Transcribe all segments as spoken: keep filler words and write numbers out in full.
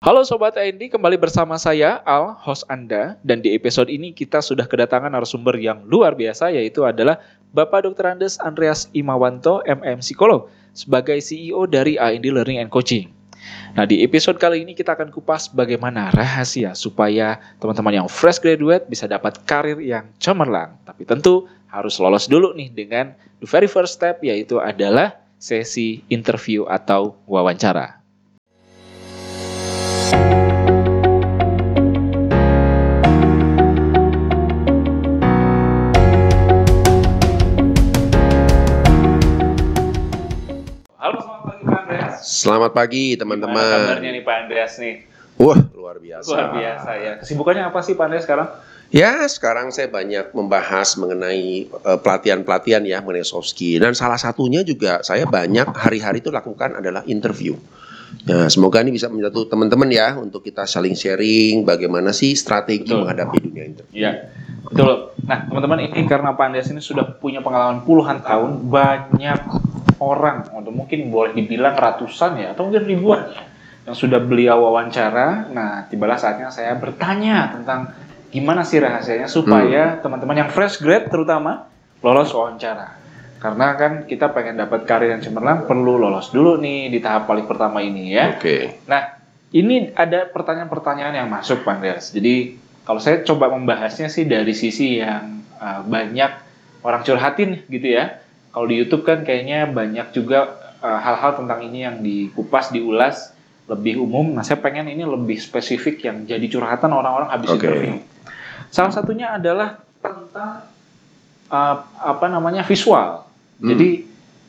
Halo Sobat I N D, kembali bersama saya Al, host Anda. Dan di episode ini kita sudah kedatangan narasumber yang luar biasa, yaitu adalah Bapak doktor Andes Andreas Imawanto, M M Psikolog, sebagai C E O dari I N D Learning and Coaching. Nah, di episode kali ini kita akan kupas bagaimana rahasia supaya teman-teman yang fresh graduate bisa dapat karir yang cemerlang. Tapi tentu harus lolos dulu nih dengan the very first step, yaitu adalah sesi interview atau wawancara. Halo, selamat pagi Pak Andreas. Selamat pagi teman-teman. Gimana kabarnya nih Pak Andreas nih? Wah, luar biasa. Luar biasa ya. Kesibukannya apa sih Pak Andreas sekarang? Ya, sekarang saya banyak membahas mengenai uh, pelatihan-pelatihan ya, mengenai soft skill. Dan salah satunya juga saya banyak hari-hari itu lakukan adalah interview. Nah, semoga ini bisa menjadi teman-teman ya, untuk kita saling sharing bagaimana sih strategi Betul. menghadapi dunia interview. Iya, betul. Nah, teman-teman, ini karena Pak Andreas ini sudah punya pengalaman puluhan tahun, banyak orang, atau mungkin boleh dibilang ratusan ya, atau mungkin ribuan yang sudah beliau wawancara. Nah, tibalah saatnya saya bertanya tentang gimana sih rahasianya supaya hmm. teman-teman yang fresh grad terutama lolos wawancara. Karena kan kita pengen dapat karir yang cemerlang, perlu lolos dulu nih di tahap paling pertama ini ya. Oke. Okay. Nah, ini ada pertanyaan-pertanyaan yang masuk Pak Andreas. Jadi, kalau saya coba membahasnya sih dari sisi yang uh, banyak orang curhatin gitu ya. Kalau di YouTube kan kayaknya banyak juga uh, hal-hal tentang ini yang dikupas, diulas lebih umum. Nah, saya pengen ini lebih spesifik yang jadi curhatan orang-orang habis okay. interview. Salah satunya adalah tentang uh, apa namanya visual. Hmm. Jadi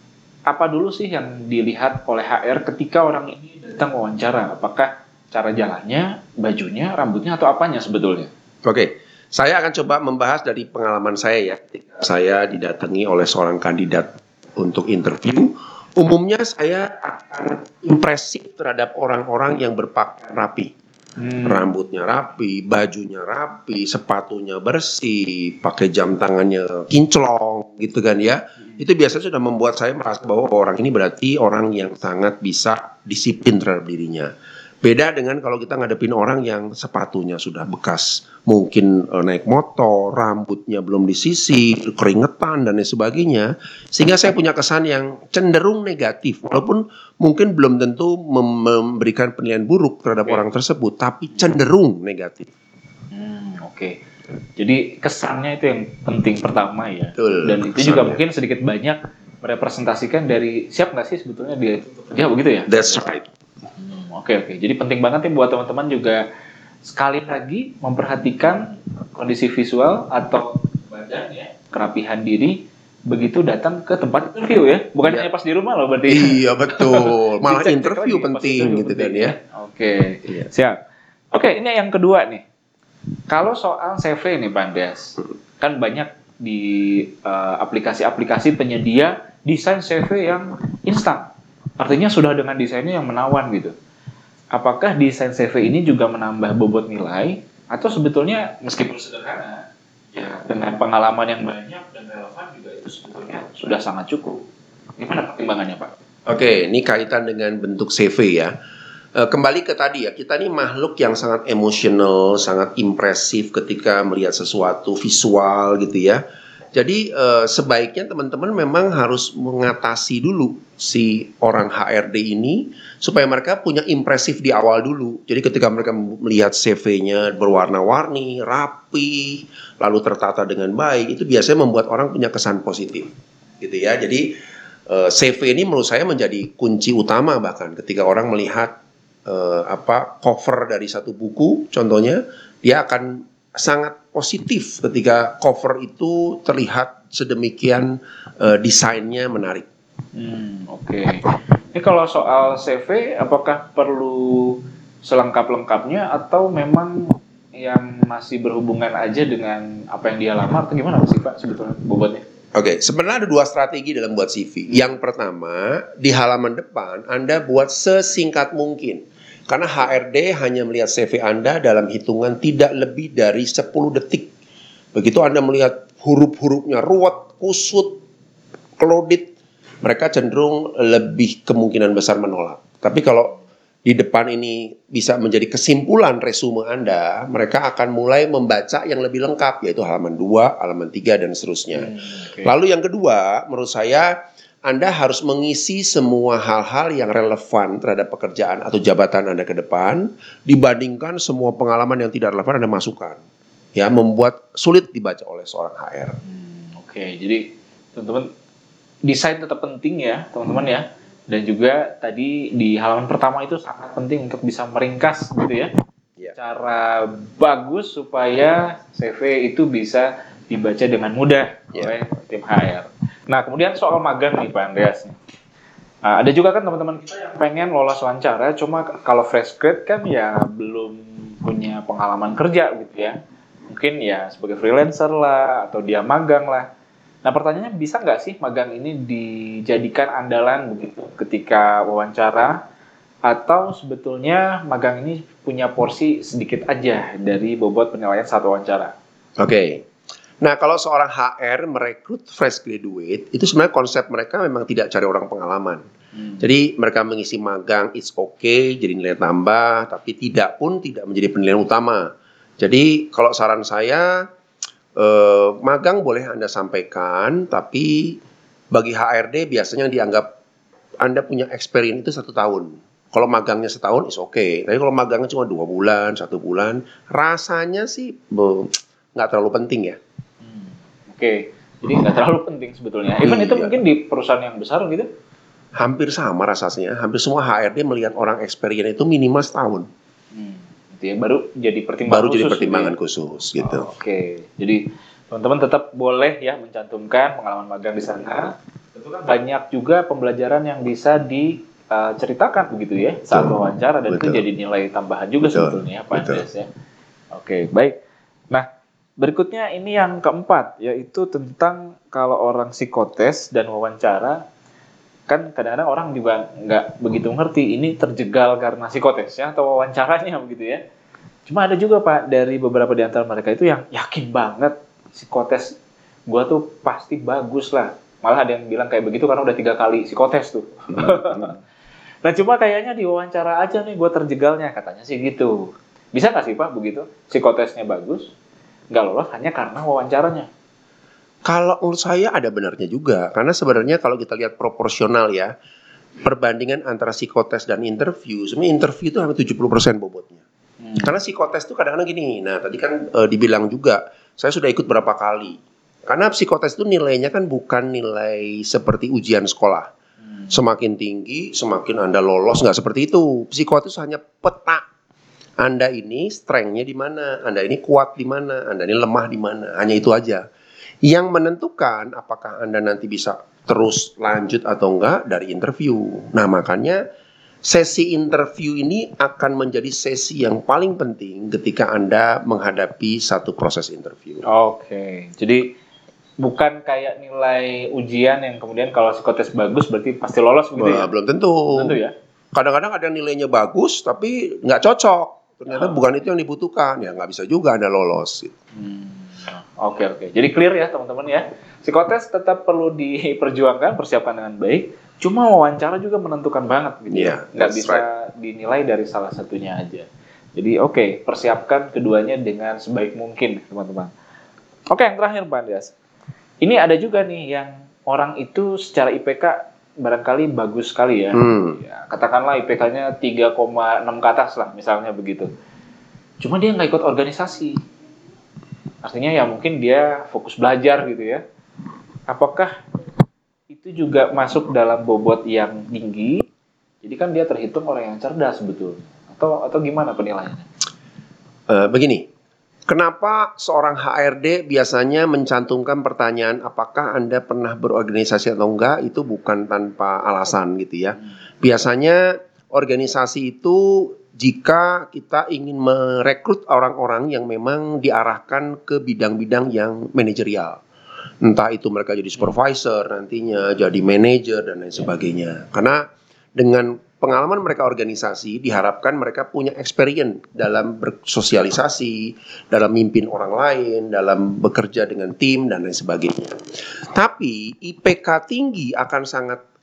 apa dulu sih yang dilihat oleh H R ketika orang ini datang wawancara? Apakah cara jalannya, bajunya, rambutnya, atau apanya sebetulnya? Oke. Okay. Saya akan coba membahas dari pengalaman saya ya. Saya didatangi oleh seorang kandidat untuk interview. Umumnya saya akan impresif terhadap orang-orang yang berpakaian rapi. Hmm. Rambutnya rapi, bajunya rapi, sepatunya bersih, pakai jam tangannya kinclong gitu kan ya. Hmm. Itu biasanya sudah membuat saya merasa bahwa orang ini berarti orang yang sangat bisa disiplin terhadap dirinya. Beda dengan kalau kita ngadepin orang yang sepatunya sudah bekas, mungkin e, naik motor, rambutnya belum disisir, keringetan dan lain sebagainya, sehingga saya punya kesan yang cenderung negatif, walaupun mungkin belum tentu mem- memberikan penilaian buruk terhadap okay. orang tersebut, tapi cenderung negatif. Hmm, Oke, okay. Jadi kesannya itu yang penting pertama ya, Betul, dan itu kesannya juga mungkin sedikit banyak merepresentasikan dari siap nggak sih sebetulnya dia itu kerja begitu ya? That's right. Oke oke, jadi penting banget nih buat teman-teman juga sekali lagi memperhatikan kondisi visual atau badan ya, kerapihan diri begitu datang ke tempat interview ya, bukan ya. hanya pas di rumah loh berarti. Iya betul, malah interview penting gitu kan ya. Oke, iya. Siap. Oke, ini yang kedua nih. Kalau soal C V nih Pak Andreas, kan banyak di uh, aplikasi-aplikasi penyedia desain C V yang instan. Artinya sudah dengan desainnya yang menawan gitu. Apakah desain C V ini juga menambah bobot nilai atau sebetulnya meskipun sederhana ya dengan pengalaman yang banyak dan relevan juga itu sebetulnya sudah sangat cukup. Gimana pertimbangannya Pak? Oke, ini kaitan dengan bentuk C V ya. E, kembali ke tadi ya, kita ini makhluk yang sangat emosional, sangat impresif ketika melihat sesuatu visual gitu ya. Jadi eh, sebaiknya teman-teman memang harus mengatasi dulu si orang H R D ini supaya mereka punya impresif di awal dulu. Jadi ketika mereka melihat C V-nya berwarna-warni, rapi, lalu tertata dengan baik, itu biasanya membuat orang punya kesan positif, gitu ya. Jadi eh, C V ini menurut saya menjadi kunci utama bahkan ketika orang melihat eh, apa cover dari satu buku, contohnya dia akan sangat positif ketika cover itu terlihat sedemikian uh, desainnya menarik. Hmm, Oke. Okay. Ini kalau soal C V, apakah perlu selengkap-lengkapnya atau memang yang masih berhubungan aja dengan apa yang dia lamar atau gimana sih Pak sebetulnya bobotnya? Oke, okay, sebenarnya ada dua strategi dalam buat C V. Yang pertama, di halaman depan Anda buat sesingkat mungkin. Karena H R D hanya melihat C V Anda dalam hitungan tidak lebih dari sepuluh detik. Begitu Anda melihat huruf-hurufnya ruwet, kusut, clouded, mereka cenderung lebih kemungkinan besar menolak. Tapi kalau di depan ini bisa menjadi kesimpulan resume Anda, mereka akan mulai membaca yang lebih lengkap, yaitu halaman dua, halaman tiga, dan seterusnya. Hmm, okay. Lalu yang kedua, menurut saya, Anda harus mengisi semua hal-hal yang relevan terhadap pekerjaan atau jabatan Anda ke depan, dibandingkan semua pengalaman yang tidak relevan Anda masukkan. Ya, membuat sulit dibaca oleh seorang H R. Hmm, Oke, okay. Jadi teman-teman, desain tetap penting ya, teman-teman ya. Dan juga tadi di halaman pertama itu sangat penting untuk bisa meringkas gitu ya. Yeah. Cara bagus supaya C V itu bisa dibaca dengan mudah yeah. oleh tim H R. Nah, kemudian soal magang nih Pak Andreas. Nah, ada juga kan teman-teman kita yang pengen lolos wawancara, cuma kalau fresh grade kan ya belum punya pengalaman kerja gitu ya. Mungkin ya sebagai freelancer lah, atau dia magang lah. Nah, pertanyaannya, bisa nggak sih magang ini dijadikan andalan begitu ketika wawancara, atau sebetulnya magang ini punya porsi sedikit aja dari bobot penilaian saat wawancara? Oke, okay. Nah kalau seorang H R merekrut fresh graduate, itu sebenarnya konsep mereka memang tidak cari orang pengalaman. Hmm. Jadi mereka mengisi magang, it's okay, jadi nilai tambah, tapi tidak pun tidak menjadi penilaian utama. Jadi kalau saran saya, Uh, magang boleh Anda sampaikan, tapi bagi H R D biasanya dianggap Anda punya experience itu satu tahun. Kalau magangnya setahun is oke, okay. Tapi kalau magangnya cuma dua bulan, satu bulan, rasanya sih nggak terlalu penting ya. Hmm, Oke, okay. Jadi nggak terlalu penting sebetulnya. Even iya. Itu mungkin di perusahaan yang besar gitu? Hampir sama rasanya. Hampir semua H R D melihat orang experience itu minimal setahun. Hmm. Ya, baru jadi pertimbangan baru khusus, jadi pertimbangan gitu. khusus gitu. Oh, Oke, okay. Jadi teman-teman tetap boleh ya mencantumkan pengalaman magang di sana. Tentu kan banyak juga pembelajaran yang bisa diceritakan uh, begitu ya saat wawancara, dan Betul. Itu jadi nilai tambahan juga Betul. Sebetulnya Pak Andreas ya. Oke, okay, baik. Nah, berikutnya ini yang keempat, yaitu tentang kalau orang psikotes dan wawancara. Kan kadang-kadang orang juga nggak begitu ngerti ini terjegal karena psikotesnya atau wawancaranya begitu ya. Cuma ada juga Pak dari beberapa di antara mereka itu yang yakin banget psikotes gua tuh pasti bagus lah. Malah ada yang bilang kayak begitu karena udah tiga kali psikotes tuh. Nah cuma kayaknya di wawancara aja nih gua terjegalnya, katanya sih gitu. Bisa nggak sih Pak begitu? Psikotesnya bagus, nggak lolos hanya karena wawancaranya. Kalau menurut saya ada benarnya juga, karena sebenarnya kalau kita lihat proporsional ya, perbandingan antara psikotes dan interview, sebenarnya interview itu hampir tujuh puluh persen bobotnya. Hmm. Karena psikotes itu kadang-kadang gini, nah tadi kan e, dibilang juga, saya sudah ikut berapa kali. Karena psikotes itu nilainya kan bukan nilai seperti ujian sekolah. Hmm. Semakin tinggi, semakin Anda lolos, nggak seperti itu. Psikotes hanya peta. Anda ini strength-nya di mana, Anda ini kuat di mana, Anda ini lemah di mana, hanya itu aja. Yang menentukan apakah Anda nanti bisa terus lanjut atau enggak dari interview. Nah makanya sesi interview ini akan menjadi sesi yang paling penting ketika Anda menghadapi satu proses interview. Oke, jadi bukan kayak nilai ujian yang kemudian kalau psikotes bagus berarti pasti lolos gitu ya? Belum tentu. Belum tentu ya? Kadang-kadang ada nilainya bagus tapi nggak cocok. Ternyata oh. bukan itu yang dibutuhkan, ya nggak bisa juga Anda lolos. Gitu. Hmm. Oke oke, jadi clear ya teman-teman ya. Psikotes tetap perlu diperjuangkan, persiapkan dengan baik. Cuma wawancara juga menentukan banget gitu yeah, ya. Nggak bisa right. dinilai dari salah satunya aja. Jadi oke, okay, persiapkan keduanya dengan sebaik mungkin teman-teman. Oke, yang terakhir Pak Andreas. Ini ada juga nih yang orang itu secara I P K barangkali bagus sekali ya. Hmm. ya katakanlah I P K-nya tiga koma enam ke atas lah misalnya begitu. Cuma dia nggak ikut organisasi. Artinya ya mungkin dia fokus belajar gitu ya. Apakah itu juga masuk dalam bobot yang tinggi? Jadi kan dia terhitung orang yang cerdas sebetulnya. Atau atau gimana penilaiannya? Uh, begini, kenapa seorang H R D biasanya mencantumkan pertanyaan apakah Anda pernah berorganisasi atau enggak, itu bukan tanpa alasan gitu ya. Hmm. Biasanya organisasi itu jika kita ingin merekrut orang-orang yang memang diarahkan ke bidang-bidang yang manajerial. Entah itu mereka jadi supervisor nantinya, jadi manajer dan lain sebagainya. Karena dengan pengalaman mereka organisasi, diharapkan mereka punya experience dalam bersosialisasi, dalam mimpin orang lain, dalam bekerja dengan tim dan lain sebagainya. Tapi I P K tinggi akan sangat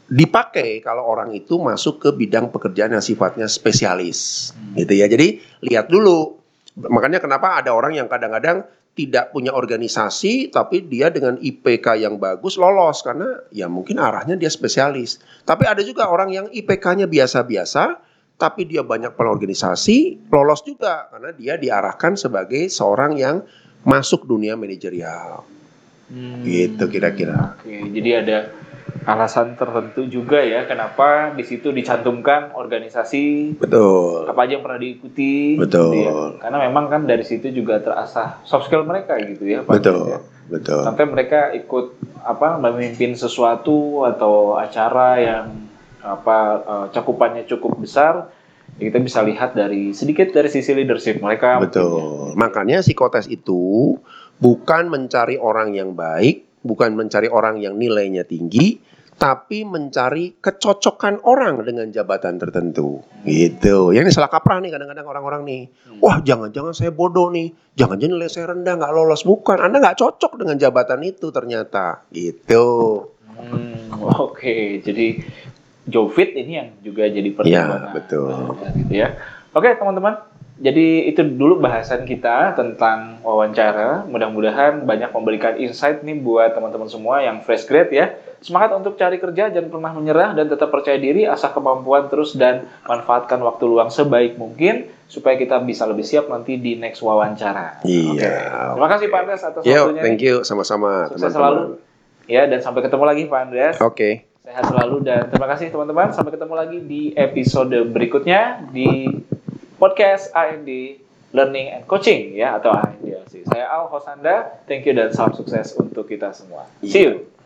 dipakai kalau orang itu masuk ke bidang pekerjaan yang sifatnya spesialis, gitu ya. Jadi lihat dulu. Makanya kenapa ada orang yang kadang-kadang tidak punya organisasi, tapi dia dengan I P K yang bagus lolos karena ya mungkin arahnya dia spesialis. Tapi ada juga orang yang I P K-nya biasa-biasa, tapi dia banyak pelorganisasi, lolos juga karena dia diarahkan sebagai seorang yang masuk dunia manajerial. Hmm. Gitu kira-kira. Oke, jadi ada alasan tertentu juga ya kenapa di situ dicantumkan organisasi, betul, apa aja yang pernah diikuti, betul, gitu ya. Karena memang kan dari situ juga terasah soft skill mereka gitu ya, Pak. Betul, ya. betul. Sampai mereka ikut apa memimpin sesuatu atau acara yang apa uh, cakupannya cukup besar, ya kita bisa lihat dari sedikit dari sisi leadership mereka. Betul. Ya. Makanya psikotes itu bukan mencari orang yang baik, bukan mencari orang yang nilainya tinggi, tapi mencari kecocokan orang dengan jabatan tertentu, gitu. Yang ini salah kaprah nih kadang-kadang orang-orang nih. Wah, jangan-jangan saya bodoh nih, jangan-jangan nilai saya rendah, nggak lolos. Bukan, Anda nggak cocok dengan jabatan itu ternyata, gitu. Hmm, Oke, okay. Jadi Jovit ini yang juga jadi pertimbangan. Ya, betul. Nah, gitu ya. Oke, okay, teman-teman. Jadi itu dulu bahasan kita tentang wawancara. Mudah-mudahan banyak memberikan insight nih buat teman-teman semua yang fresh grade ya. Semangat untuk cari kerja, jangan pernah menyerah dan tetap percaya diri, asah kemampuan terus dan manfaatkan waktu luang sebaik mungkin supaya kita bisa lebih siap nanti di next wawancara. Iya. Okay. Terima kasih Pak Andreas atas Yo, waktunya. Thank you, sama-sama. Sukses selalu. Ya, dan sampai ketemu lagi Pak Andreas. Oke. Okay. Sehat selalu dan terima kasih teman-teman. Sampai ketemu lagi di episode berikutnya di podcast A N D Learning and Coaching ya atau A N D L C. Saya Al Hosanda. Thank you dan salam sukses untuk kita semua. See you.